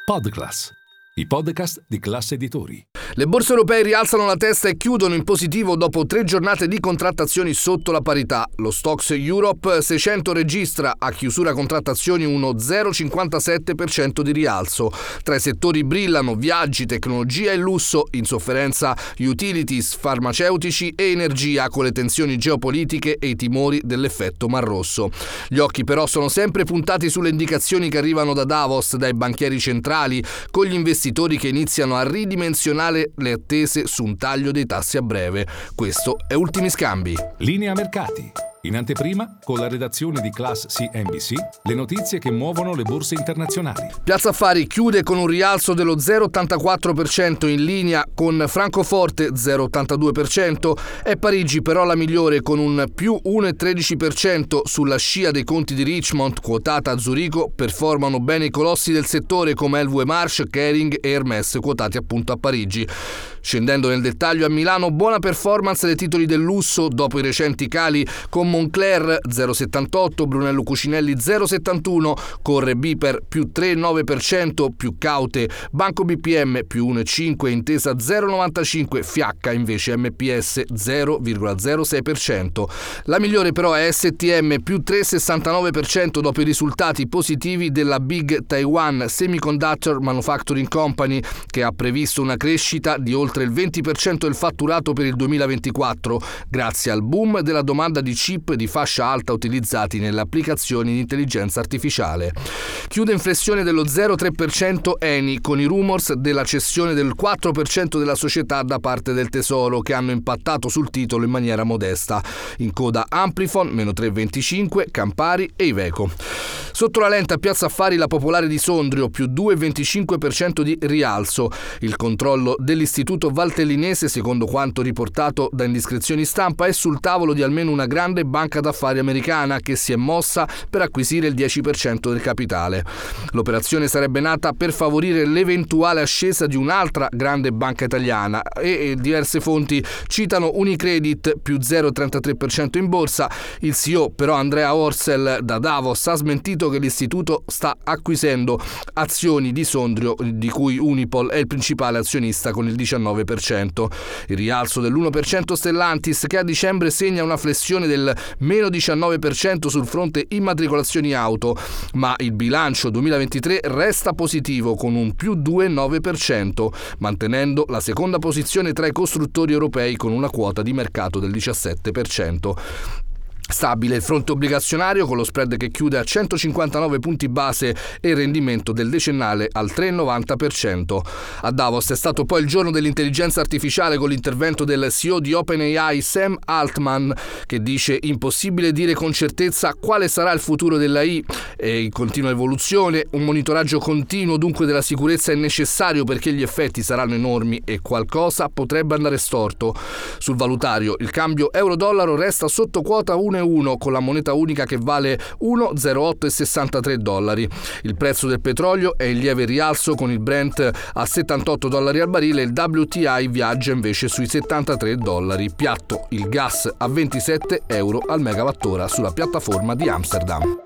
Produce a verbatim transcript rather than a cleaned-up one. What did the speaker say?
Podclass, i podcast di Class Editori. Le borse europee rialzano la testa e chiudono in positivo dopo tre giornate di contrattazioni sotto la parità. Lo Stoxx Europe seicento registra a chiusura contrattazioni uno zero virgola cinquantasette per cento di rialzo. Tra i settori brillano viaggi, tecnologia e lusso, in sofferenza utilities, farmaceutici e energia, con le tensioni geopolitiche e i timori dell'effetto Mar Rosso. Gli occhi però sono sempre puntati sulle indicazioni che arrivano da Davos, dai banchieri centrali, con gli investitori che iniziano a ridimensionare le attese su un taglio dei tassi a breve. Questo è Ultimi Scambi. Linea mercati. In anteprima, con la redazione di Class C N B C, le notizie che muovono le borse internazionali. Piazza Affari chiude con un rialzo dello zero virgola ottantaquattro per cento in linea con Francoforte zero virgola ottantadue per cento e Parigi però la migliore con un più uno virgola tredici per cento sulla scia dei conti di Richemont quotata a Zurigo. Performano bene i colossi del settore come L V March, Kering e Hermès quotati appunto a Parigi. Scendendo nel dettaglio, a Milano buona performance dei titoli del lusso dopo i recenti cali, con Moncler zero virgola settantotto, Brunello Cucinelli zero virgola settantuno, corre Biper più tre virgola nove per cento, più caute Banco B P M più uno virgola cinque, Intesa zero virgola novantacinque, Fiacca invece M P S zero virgola zero sei per cento. La migliore però è S T M più tre virgola sessantanove per cento dopo i risultati positivi della Big Taiwan Semiconductor Manufacturing Company, che ha previsto una crescita di oltre il venti per cento del fatturato per il duemilaventiquattro, grazie al boom della domanda di chip di fascia alta utilizzati nelle applicazioni di intelligenza artificiale. Chiude in flessione dello zero virgola tre per cento Eni, con i rumors della cessione del quattro per cento della società da parte del Tesoro, che hanno impattato sul titolo in maniera modesta. In coda Amplifon, meno tre virgola venticinque, Campari e Iveco. Sotto la lente a Piazza Affari la Popolare di Sondrio, più due virgola venticinque per cento di rialzo. Il controllo dell'Istituto Valtellinese, secondo quanto riportato da indiscrezioni stampa, è sul tavolo di almeno una grande banca d'affari americana che si è mossa per acquisire il dieci per cento del capitale. L'operazione sarebbe nata per favorire l'eventuale ascesa di un'altra grande banca italiana e diverse fonti citano Unicredit più zero virgola trentatré per cento in borsa. Il C E O però Andrea Orcel da Davos ha smentito che l'istituto sta acquisendo azioni di Sondrio, di cui Unipol è il principale azionista con il diciannove per cento. Il rialzo dell'uno per cento Stellantis, che a dicembre segna una flessione del meno diciannove per cento sul fronte immatricolazioni auto, ma il bilancio duemilaventitré resta positivo con un più due virgola nove per cento, mantenendo la seconda posizione tra i costruttori europei con una quota di mercato del diciassette per cento. Stabile il fronte obbligazionario, con lo spread che chiude a centocinquantanove punti base e il rendimento del decennale al tre virgola novanta per cento. A Davos è stato poi il giorno dell'intelligenza artificiale, con l'intervento del C E O di OpenAI Sam Altman, che dice impossibile dire con certezza quale sarà il futuro dell'A I. È in continua evoluzione, un monitoraggio continuo dunque della sicurezza è necessario perché gli effetti saranno enormi e qualcosa potrebbe andare storto. Sul valutario il cambio euro-dollaro resta sotto quota uno virgola uno, con la moneta unica che vale uno virgola zero otto sessantatré dollari. Il prezzo del petrolio è in lieve rialzo, con il Brent a settantotto dollari al barile e il W T I viaggia invece sui settantatré dollari. Piatto il gas a ventisette euro al megawattora sulla piattaforma di Amsterdam.